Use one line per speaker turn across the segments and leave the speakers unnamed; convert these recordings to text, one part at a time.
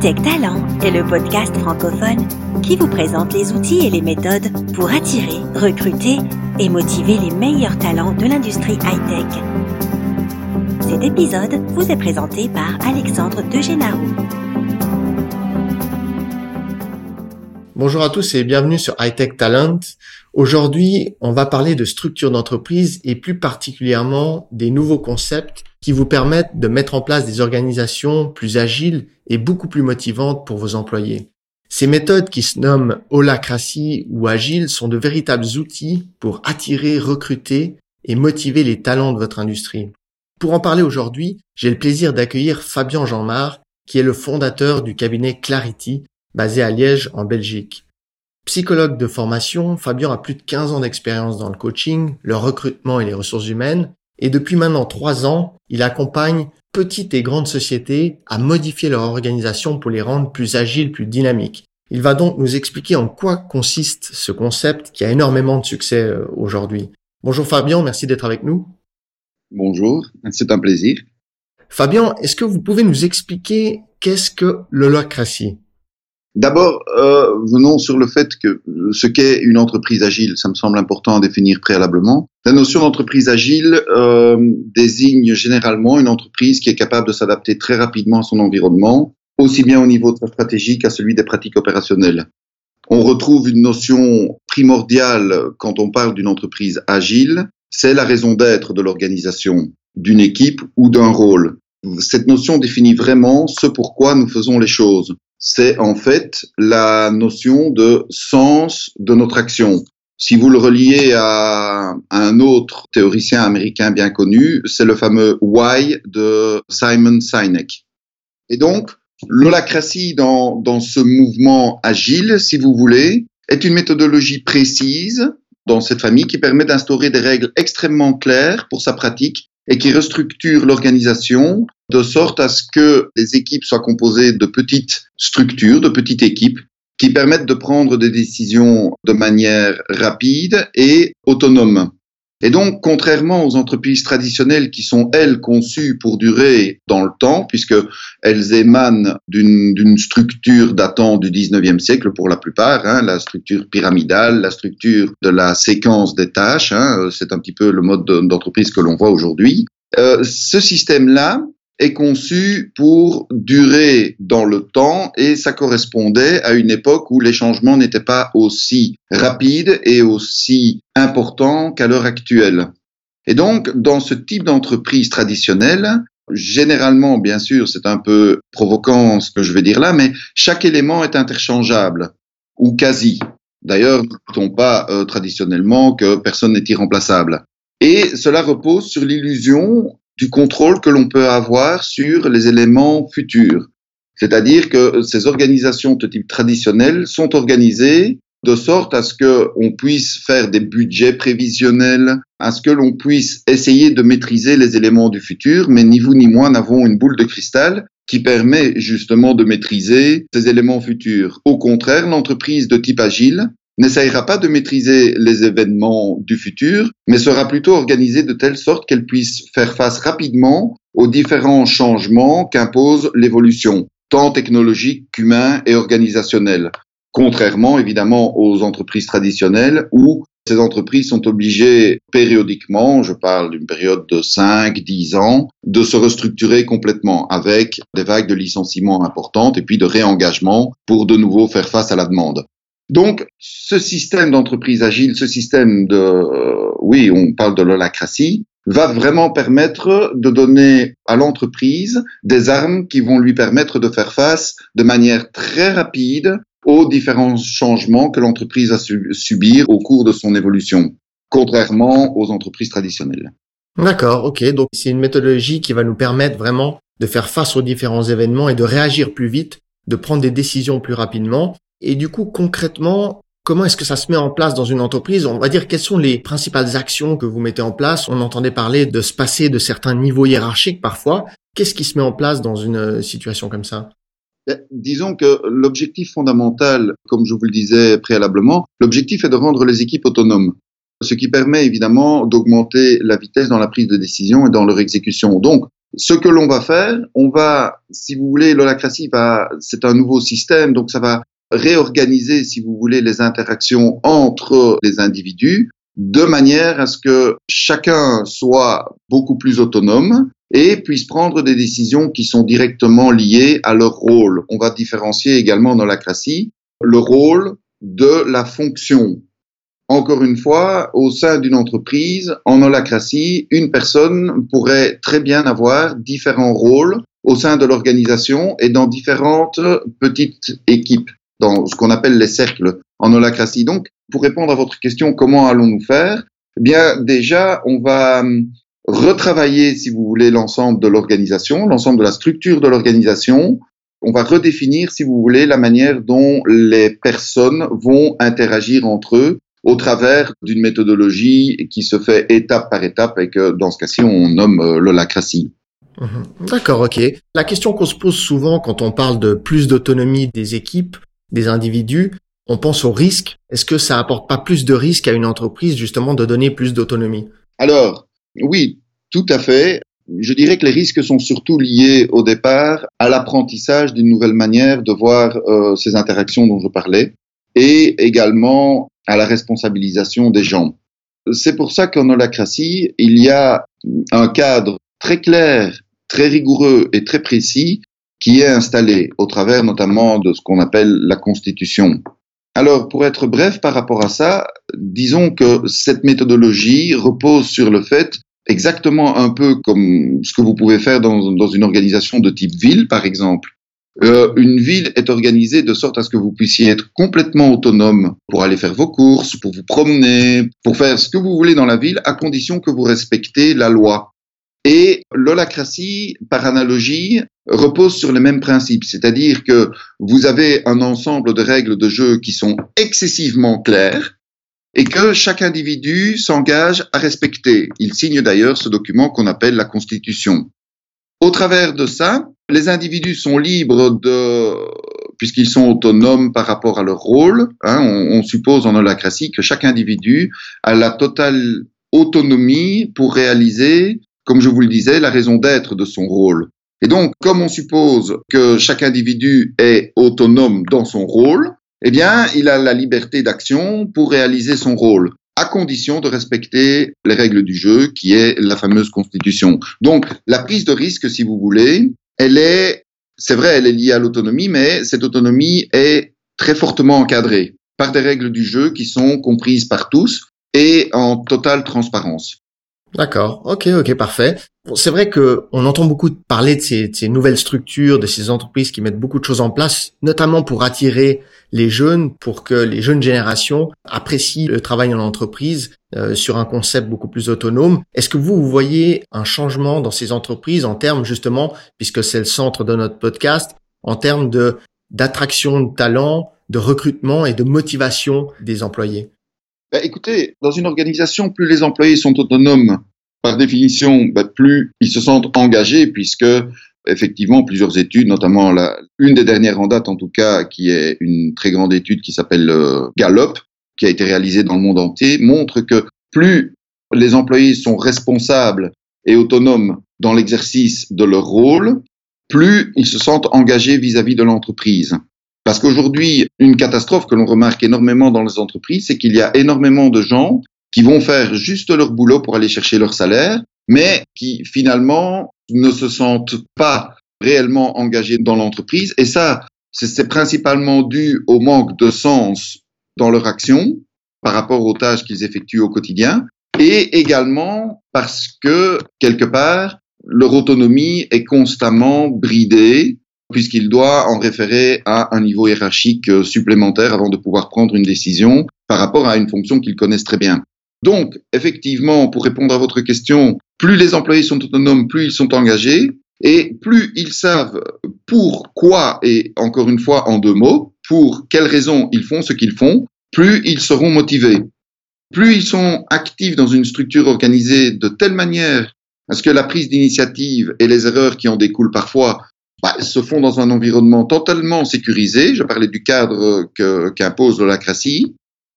High-Tech Talent est le podcast francophone qui vous présente les outils et les méthodes pour attirer, recruter et motiver les meilleurs talents de l'industrie high-tech. Cet épisode vous est présenté par Alexandre de Génarou.
Bonjour à tous et bienvenue sur High-Tech Talent. Aujourd'hui, on va parler de structure d'entreprise et plus particulièrement des nouveaux concepts qui vous permettent de mettre en place des organisations plus agiles et beaucoup plus motivantes pour vos employés. Ces méthodes qui se nomment holacracy ou agile sont de véritables outils pour attirer, recruter et motiver les talents de votre industrie. Pour en parler aujourd'hui, j'ai le plaisir d'accueillir Fabien Jeanmart, qui est le fondateur du cabinet Clarity, basé à Liège, en Belgique. Psychologue de formation, Fabien a plus de 15 ans d'expérience dans le coaching, le recrutement et les ressources humaines, et depuis maintenant 3 ans, il accompagne petites et grandes sociétés à modifier leur organisation pour les rendre plus agiles, plus dynamiques. Il va donc nous expliquer en quoi consiste ce concept qui a énormément de succès aujourd'hui. Bonjour Fabien, merci d'être avec nous.
Bonjour, c'est un plaisir.
Fabien, est-ce que vous pouvez nous expliquer qu'est-ce que l'holacracy ?
D'abord, venons sur le fait que ce qu'est une entreprise agile, ça me semble important à définir préalablement. La notion d'entreprise agile désigne généralement une entreprise qui est capable de s'adapter très rapidement à son environnement, aussi bien au niveau de sa stratégie qu'à celui des pratiques opérationnelles. On retrouve une notion primordiale quand on parle d'une entreprise agile, c'est la raison d'être de l'organisation, d'une équipe ou d'un rôle. Cette notion définit vraiment ce pourquoi nous faisons les choses. C'est en fait la notion de sens de notre action. Si vous le reliez à un autre théoricien américain bien connu, c'est le fameux Why de Simon Sinek. Et donc, l'holacracy dans ce mouvement agile, si vous voulez, est une méthodologie précise dans cette famille qui permet d'instaurer des règles extrêmement claires pour sa pratique et qui restructure l'organisation de sorte à ce que les équipes soient composées de petites structures, de petites équipes qui permettent de prendre des décisions de manière rapide et autonome. Et donc, contrairement aux entreprises traditionnelles qui sont, elles, conçues pour durer dans le temps, puisqu'elles émanent d'une structure datant du 19e siècle pour la plupart, la structure pyramidale, la structure de la séquence des tâches, c'est un petit peu le mode d'entreprise que l'on voit aujourd'hui. Ce système-là est conçu pour durer dans le temps et ça correspondait à une époque où les changements n'étaient pas aussi rapides et aussi importants qu'à l'heure actuelle. Et donc, dans ce type d'entreprise traditionnelle, généralement, bien sûr, c'est un peu provoquant ce que je vais dire là, mais chaque élément est interchangeable ou quasi. D'ailleurs, ne dit-on pas traditionnellement que personne n'est irremplaçable. Et cela repose sur l'illusion du contrôle que l'on peut avoir sur les éléments futurs. C'est-à-dire que ces organisations de type traditionnel sont organisées de sorte à ce qu'on puisse faire des budgets prévisionnels, à ce que l'on puisse essayer de maîtriser les éléments du futur, mais ni vous ni moi n'avons une boule de cristal qui permet justement de maîtriser ces éléments futurs. Au contraire, l'entreprise de type agile n'essayera pas de maîtriser les événements du futur, mais sera plutôt organisée de telle sorte qu'elle puisse faire face rapidement aux différents changements qu'impose l'évolution, tant technologique qu'humain et organisationnel. Contrairement, évidemment, aux entreprises traditionnelles où ces entreprises sont obligées périodiquement, je parle d'une période de 5-10 ans, de se restructurer complètement avec des vagues de licenciements importantes et puis de réengagement pour de nouveau faire face à la demande. Donc, ce système d'entreprise agile, ce système on parle de l'holacracy, va vraiment permettre de donner à l'entreprise des armes qui vont lui permettre de faire face de manière très rapide aux différents changements que l'entreprise va subir au cours de son évolution, contrairement aux entreprises traditionnelles.
D'accord, ok. Donc, c'est une méthodologie qui va nous permettre vraiment de faire face aux différents événements et de réagir plus vite, de prendre des décisions plus rapidement. Et du coup, concrètement, comment est-ce que ça se met en place dans une entreprise ? On va dire, quelles sont les principales actions que vous mettez en place ? On entendait parler de se passer de certains niveaux hiérarchiques parfois. Qu'est-ce qui se met en place dans une situation comme ça ?
Disons que l'objectif fondamental, comme je vous le disais préalablement, l'objectif est de rendre les équipes autonomes. Ce qui permet évidemment d'augmenter la vitesse dans la prise de décision et dans leur exécution. Donc, Ce que l'on va faire, si vous voulez, l'holacratie c'est un nouveau système, donc ça va réorganiser, si vous voulez, les interactions entre les individus de manière à ce que chacun soit beaucoup plus autonome et puisse prendre des décisions qui sont directement liées à leur rôle. On va différencier également dans l'holacratie le rôle de la fonction. Encore une fois, au sein d'une entreprise, en holacratie, une personne pourrait très bien avoir différents rôles au sein de l'organisation et dans différentes petites équipes, dans ce qu'on appelle les cercles en holacratie. Donc, pour répondre à votre question, comment allons-nous faire? Eh bien, déjà, on va retravailler, si vous voulez, l'ensemble de l'organisation, l'ensemble de la structure de l'organisation. On va redéfinir, si vous voulez, la manière dont les personnes vont interagir entre eux au travers d'une méthodologie qui se fait étape par étape et que, dans ce cas-ci, on nomme l'holacratie.
D'accord, ok. La question qu'on se pose souvent quand on parle de plus d'autonomie des équipes, des individus, on pense au risque. Est-ce que ça apporte pas plus de risque à une entreprise, justement, de donner plus d'autonomie?
Alors, oui, tout à fait. Je dirais que les risques sont surtout liés au départ à l'apprentissage d'une nouvelle manière de voir ces interactions dont je parlais et également à la responsabilisation des gens. C'est pour ça qu'en holacratie, il y a un cadre très clair, très rigoureux et très précis qui est installé au travers notamment de ce qu'on appelle la Constitution. Alors, pour être bref par rapport à ça, disons que cette méthodologie repose sur le fait, exactement un peu comme ce que vous pouvez faire dans une organisation de type ville, par exemple. Une ville est organisée de sorte à ce que vous puissiez être complètement autonome pour aller faire vos courses, pour vous promener, pour faire ce que vous voulez dans la ville, à condition que vous respectez la loi. Et l'holacratie, par analogie, repose sur les mêmes principes, c'est-à-dire que vous avez un ensemble de règles de jeu qui sont excessivement claires et que chaque individu s'engage à respecter. Il signe d'ailleurs ce document qu'on appelle la Constitution. Au travers de ça, les individus sont libres puisqu'ils sont autonomes par rapport à leur rôle. On suppose en holacratie que chaque individu a la totale autonomie pour réaliser, comme je vous le disais, la raison d'être de son rôle. Et donc, comme on suppose que chaque individu est autonome dans son rôle, eh bien, il a la liberté d'action pour réaliser son rôle, à condition de respecter les règles du jeu, qui est la fameuse Constitution. Donc, la prise de risque, si vous voulez, c'est vrai, elle est liée à l'autonomie, mais cette autonomie est très fortement encadrée par des règles du jeu qui sont comprises par tous et en totale transparence.
D'accord, ok, parfait. Bon, c'est vrai que on entend beaucoup parler de ces nouvelles structures, de ces entreprises qui mettent beaucoup de choses en place, notamment pour attirer les jeunes, pour que les jeunes générations apprécient le travail en entreprise sur un concept beaucoup plus autonome. Est-ce que vous voyez un changement dans ces entreprises en termes justement, puisque c'est le centre de notre podcast, en termes d'attraction de talent, de recrutement et de motivation des employés?
Écoutez, dans une organisation, plus les employés sont autonomes, par définition, plus ils se sentent engagés, puisque effectivement, plusieurs études, notamment une des dernières en date en tout cas, qui est une très grande étude qui s'appelle Gallup, qui a été réalisée dans le monde entier, montre que plus les employés sont responsables et autonomes dans l'exercice de leur rôle, plus ils se sentent engagés vis-à-vis de l'entreprise. Parce qu'aujourd'hui, une catastrophe que l'on remarque énormément dans les entreprises, c'est qu'il y a énormément de gens qui vont faire juste leur boulot pour aller chercher leur salaire, mais qui finalement ne se sentent pas réellement engagés dans l'entreprise. Et ça, c'est principalement dû au manque de sens dans leur action par rapport aux tâches qu'ils effectuent au quotidien, et également parce que, quelque part, leur autonomie est constamment bridée, puisqu'il doit en référer à un niveau hiérarchique supplémentaire avant de pouvoir prendre une décision par rapport à une fonction qu'ils connaissent très bien. Donc, effectivement, pour répondre à votre question, plus les employés sont autonomes, plus ils sont engagés, et plus ils savent pourquoi, et encore une fois en 2 mots, pour quelles raisons ils font ce qu'ils font, plus ils seront motivés. Plus ils sont actifs dans une structure organisée de telle manière à ce que la prise d'initiative et les erreurs qui en découlent parfois se font dans un environnement totalement sécurisé, je parlais du cadre qu'impose l'holacratie,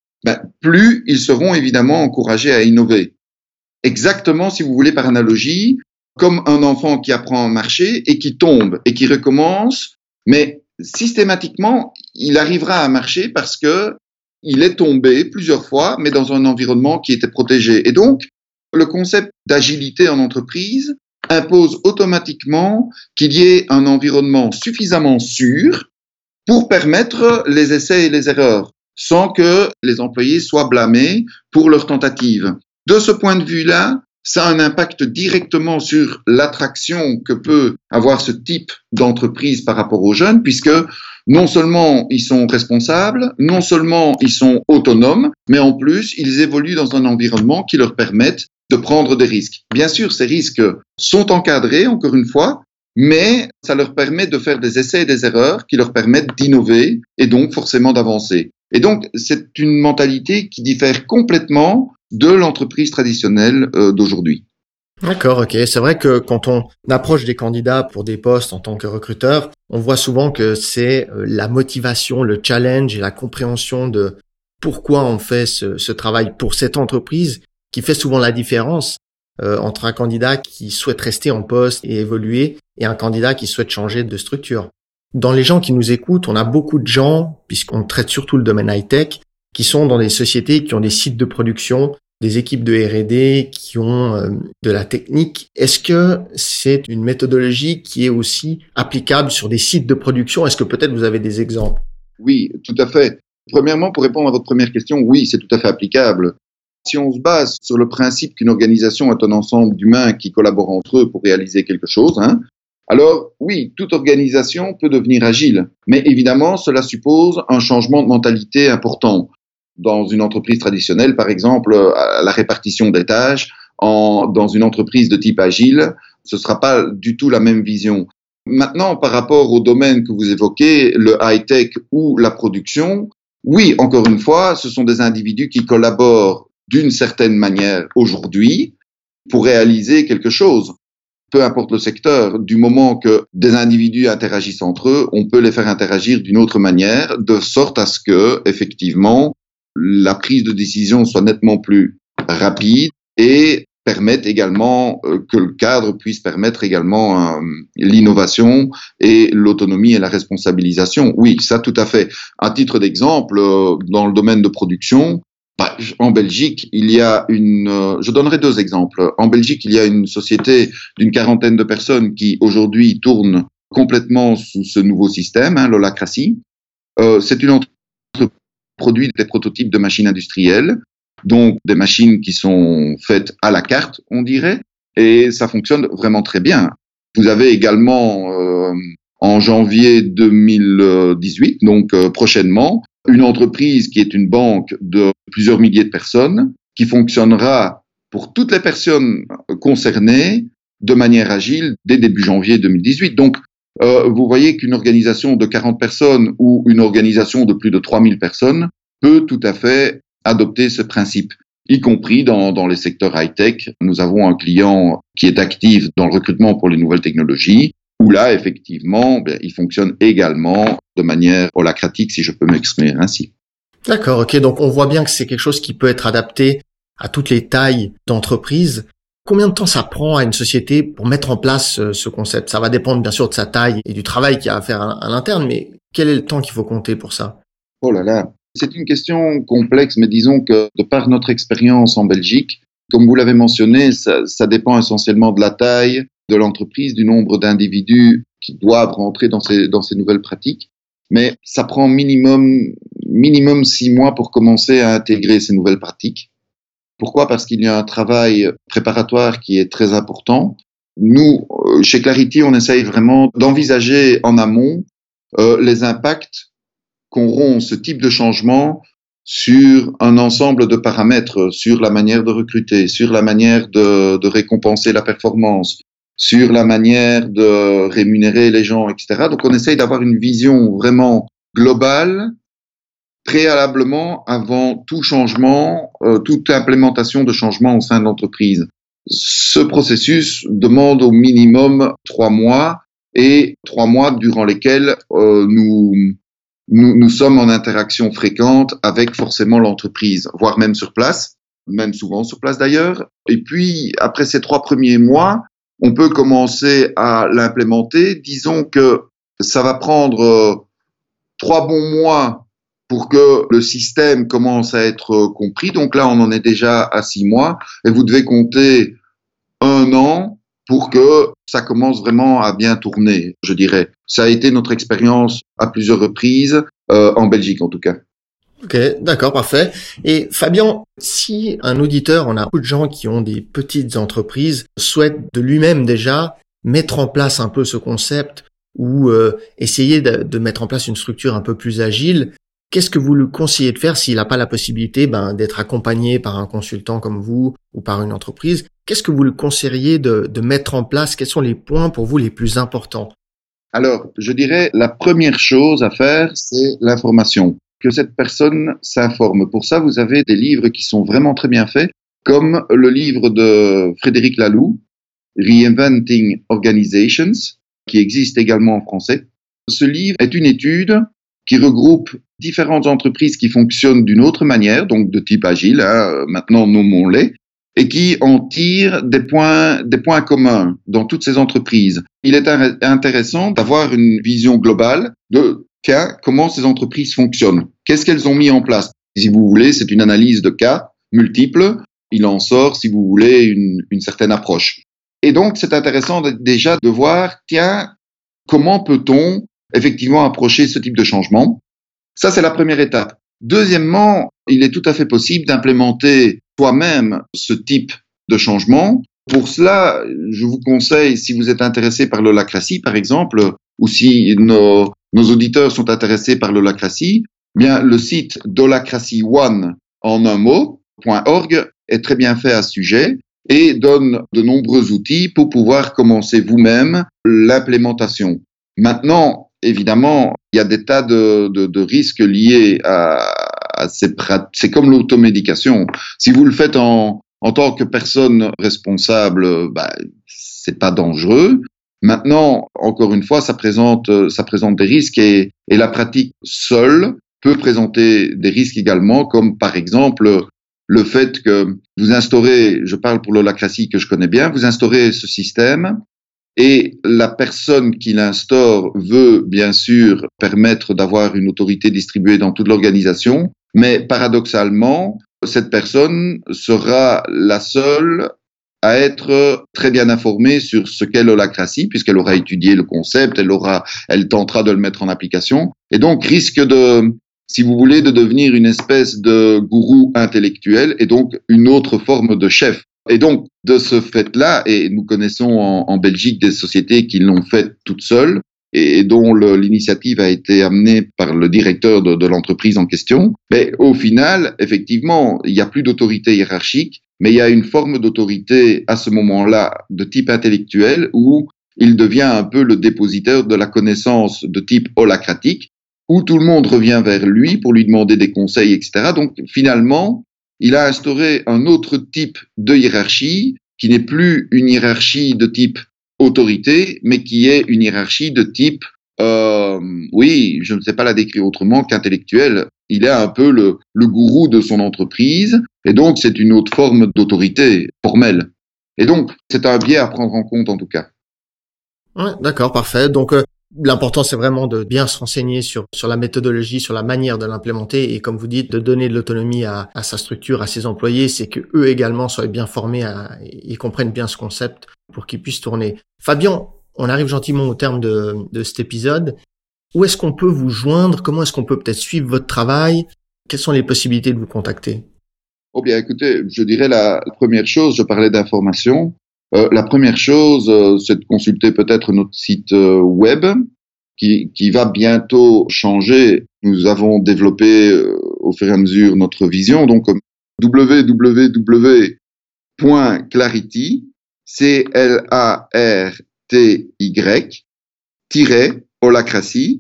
plus ils seront évidemment encouragés à innover. Exactement, si vous voulez, par analogie, comme un enfant qui apprend à marcher et qui tombe et qui recommence, mais systématiquement, il arrivera à marcher parce que il est tombé plusieurs fois, mais dans un environnement qui était protégé. Et donc, le concept d'agilité en entreprise impose automatiquement qu'il y ait un environnement suffisamment sûr pour permettre les essais et les erreurs, sans que les employés soient blâmés pour leurs tentatives. De ce point de vue-là, ça a un impact directement sur l'attraction que peut avoir ce type d'entreprise par rapport aux jeunes, puisque non seulement ils sont responsables, non seulement ils sont autonomes, mais en plus, ils évoluent dans un environnement qui leur permette de prendre des risques. Bien sûr, ces risques sont encadrés, encore une fois, mais ça leur permet de faire des essais et des erreurs qui leur permettent d'innover et donc forcément d'avancer. Et donc, c'est une mentalité qui diffère complètement de l'entreprise traditionnelle d'aujourd'hui.
D'accord, ok. C'est vrai que quand on approche des candidats pour des postes en tant que recruteur, on voit souvent que c'est la motivation, le challenge et la compréhension de pourquoi on fait ce travail pour cette entreprise qui fait souvent la différence entre un candidat qui souhaite rester en poste et évoluer et un candidat qui souhaite changer de structure. Dans les gens qui nous écoutent, on a beaucoup de gens, puisqu'on traite surtout le domaine high-tech, qui sont dans des sociétés qui ont des sites de production, des équipes de R&D qui ont de la technique. Est-ce que c'est une méthodologie qui est aussi applicable sur des sites de production? Est-ce que peut-être vous avez des exemples?
Oui, tout à fait. Premièrement, pour répondre à votre première question, oui, c'est tout à fait applicable. Si on se base sur le principe qu'une organisation est un ensemble d'humains qui collaborent entre eux pour réaliser quelque chose, alors oui, toute organisation peut devenir agile. Mais évidemment, cela suppose un changement de mentalité important. Dans une entreprise traditionnelle, par exemple, la répartition des tâches, dans une entreprise de type agile, ce ne sera pas du tout la même vision. Maintenant, par rapport au domaine que vous évoquez, le high-tech ou la production, oui, encore une fois, ce sont des individus qui collaborent d'une certaine manière aujourd'hui pour réaliser quelque chose. Peu importe le secteur, du moment que des individus interagissent entre eux, on peut les faire interagir d'une autre manière, de sorte à ce que, effectivement, la prise de décision soit nettement plus rapide et permette également que le cadre puisse permettre également l'innovation et l'autonomie et la responsabilisation. Oui, ça tout à fait. À titre d'exemple, dans le domaine de production, en Belgique, il y a je donnerai deux exemples. En Belgique, il y a une société d'une 40aine de personnes qui aujourd'hui tourne complètement sous ce nouveau système, l'holacratie. C'est une entreprise qui produit des prototypes de machines industrielles, donc des machines qui sont faites à la carte, on dirait, et ça fonctionne vraiment très bien. Vous avez également, en janvier 2018, donc prochainement, une entreprise qui est une banque de plusieurs milliers de personnes, qui fonctionnera pour toutes les personnes concernées de manière agile dès début janvier 2018. Donc, vous voyez qu'une organisation de 40 personnes ou une organisation de plus de 3000 personnes peut tout à fait adopter ce principe, y compris dans les secteurs high-tech. Nous avons un client qui est actif dans le recrutement pour les nouvelles technologies, où là, effectivement, il fonctionne également de manière holacratique, si je peux m'exprimer ainsi.
D'accord, ok. Donc, on voit bien que c'est quelque chose qui peut être adapté à toutes les tailles d'entreprise. Combien de temps ça prend à une société pour mettre en place ce concept? Ça va dépendre bien sûr de sa taille et du travail qu'il y a à faire à l'interne, mais quel est le temps qu'il faut compter pour ça?
Oh là là, c'est une question complexe, mais disons que de par notre expérience en Belgique, comme vous l'avez mentionné, ça dépend essentiellement de la taille de l'entreprise, du nombre d'individus qui doivent rentrer dans ces nouvelles pratiques. Mais ça prend minimum 6 mois pour commencer à intégrer ces nouvelles pratiques. Pourquoi? Parce qu'il y a un travail préparatoire qui est très important. Nous, chez Clarity, on essaye vraiment d'envisager en amont les impacts qu'auront ce type de changement sur un ensemble de paramètres, sur la manière de recruter, sur la manière de récompenser la performance, sur la manière de rémunérer les gens, etc. Donc, on essaye d'avoir une vision vraiment globale, préalablement avant tout changement, toute implémentation de changement au sein de l'entreprise. Ce processus demande au minimum 3 mois et 3 mois durant lesquels nous sommes en interaction fréquente avec forcément l'entreprise, voire même sur place, même souvent sur place d'ailleurs. Et puis, après ces 3 premiers mois, on peut commencer à l'implémenter. Disons que ça va prendre 3 bons mois pour que le système commence à être compris. Donc là, on en est déjà à 6 mois et vous devez compter 1 an pour que ça commence vraiment à bien tourner, je dirais. Ça a été notre expérience à plusieurs reprises, en Belgique en tout cas.
Ok, d'accord, parfait. Et Fabien, si un auditeur, on a beaucoup de gens qui ont des petites entreprises, souhaite de lui-même déjà mettre en place un peu ce concept ou essayer de mettre en place une structure un peu plus agile, qu'est-ce que vous lui conseillez de faire s'il n'a pas la possibilité d'être accompagné par un consultant comme vous ou par une entreprise? Qu'est-ce que vous lui conseilleriez de mettre en place? Quels sont les points pour vous les plus importants?
Alors, je dirais la première chose à faire, c'est l'information. Que cette personne s'informe. Pour ça, vous avez des livres qui sont vraiment très bien faits, comme le livre de Frédéric Laloux, Reinventing Organizations, qui existe également en français. Ce livre est une étude qui regroupe différentes entreprises qui fonctionnent d'une autre manière, donc de type agile, maintenant nommons-les, et qui en tire des points communs dans toutes ces entreprises. Il est intéressant d'avoir une vision globale de comment ces entreprises fonctionnent. Qu'est-ce qu'elles ont mis en place? Si vous voulez, c'est une analyse de cas multiples. Il en sort, si vous voulez, une certaine approche. Et donc, c'est intéressant déjà de voir, comment peut-on effectivement approcher ce type de changement? Ça, c'est la première étape. Deuxièmement, il est tout à fait possible d'implémenter soi-même ce type de changement. Pour cela, je vous conseille, si vous êtes intéressé par l'holacratie, par exemple, ou si nos auditeurs sont intéressés par l'holacratie, bien, le site d'holacracy1 en un mot.org est très bien fait à ce sujet et donne de nombreux outils pour pouvoir commencer vous-même l'implémentation. Maintenant, évidemment, il y a des tas de risques liés à ces pratiques. C'est comme l'automédication. Si vous le faites en tant que personne responsable, c'est pas dangereux. Maintenant, encore une fois, ça présente des risques et la pratique seule peut présenter des risques également, comme par exemple le fait que vous instaurez, je parle pour l'holacratie que je connais bien, vous instaurez ce système et la personne qui l'instaure veut bien sûr permettre d'avoir une autorité distribuée dans toute l'organisation, mais paradoxalement, cette personne sera la seule à être très bien informée sur ce qu'est l'holacratie, puisqu'elle aura étudié le concept, elle tentera de le mettre en application, et donc risque si vous voulez, de devenir une espèce de gourou intellectuel, et donc une autre forme de chef. Et donc, de ce fait-là, et nous connaissons en Belgique des sociétés qui l'ont fait toutes seules, et dont l'initiative a été amenée par le directeur de l'entreprise en question, mais au final, effectivement, il n'y a plus d'autorité hiérarchique, mais il y a une forme d'autorité à ce moment-là de type intellectuel où il devient un peu le dépositaire de la connaissance de type holacratique, où tout le monde revient vers lui pour lui demander des conseils, etc. Donc finalement, il a instauré un autre type de hiérarchie qui n'est plus une hiérarchie de type autorité, mais qui est une hiérarchie de type, oui, je ne sais pas la décrire autrement qu'intellectuel. Il est un peu le gourou de son entreprise, et donc c'est une autre forme d'autorité formelle. Et donc, c'est un biais à prendre en compte en tout cas.
Ouais, d'accord, parfait. Donc, l'important, c'est vraiment de bien se renseigner sur la méthodologie, sur la manière de l'implémenter et comme vous dites, de donner de l'autonomie à sa structure, à ses employés, c'est que eux également soient bien formés et comprennent bien ce concept pour qu'ils puissent tourner. Fabien, on arrive gentiment au terme de cet épisode. Où est-ce qu'on peut vous joindre? Comment est-ce qu'on peut peut-être suivre votre travail? Quelles sont les possibilités de vous contacter?
Oh bien, écoutez, je dirais la première chose, je parlais d'information. La première chose, c'est de consulter peut-être notre site web qui va bientôt changer. Nous avons développé au fur et à mesure notre vision, donc www.clarity, CLARTY,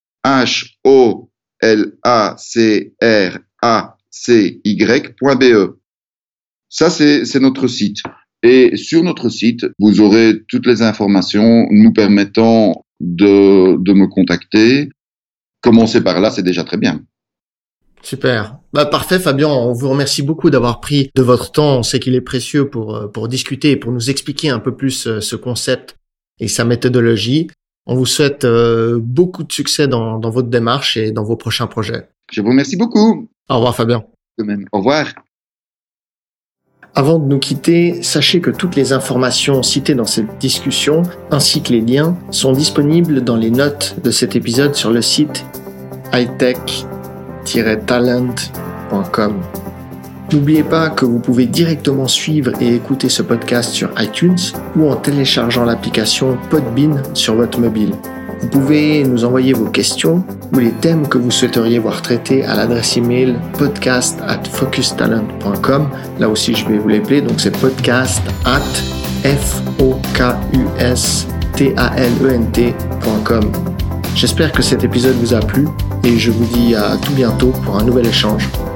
HOLACRACY.be. Ça, c'est notre site. Et sur notre site, vous aurez toutes les informations nous permettant de me contacter. Commencer par là, c'est déjà très bien.
Super. Parfait, Fabien. On vous remercie beaucoup d'avoir pris de votre temps. On sait qu'il est précieux pour discuter et pour nous expliquer un peu plus ce concept et sa méthodologie. On vous souhaite beaucoup de succès dans votre démarche et dans vos prochains projets.
Je vous remercie beaucoup.
Au revoir, Fabien.
De même. Au revoir.
Avant de nous quitter, sachez que toutes les informations citées dans cette discussion, ainsi que les liens, sont disponibles dans les notes de cet épisode sur le site hightech-talent.com. N'oubliez pas que vous pouvez directement suivre et écouter ce podcast sur iTunes ou en téléchargeant l'application Podbean sur votre mobile. Vous pouvez nous envoyer vos questions ou les thèmes que vous souhaiteriez voir traités à l'adresse email podcast@focustalent.com. Là aussi, je vais vous l'épeler, donc c'est podcast@focustalent.com. J'espère que cet épisode vous a plu et je vous dis à tout bientôt pour un nouvel échange.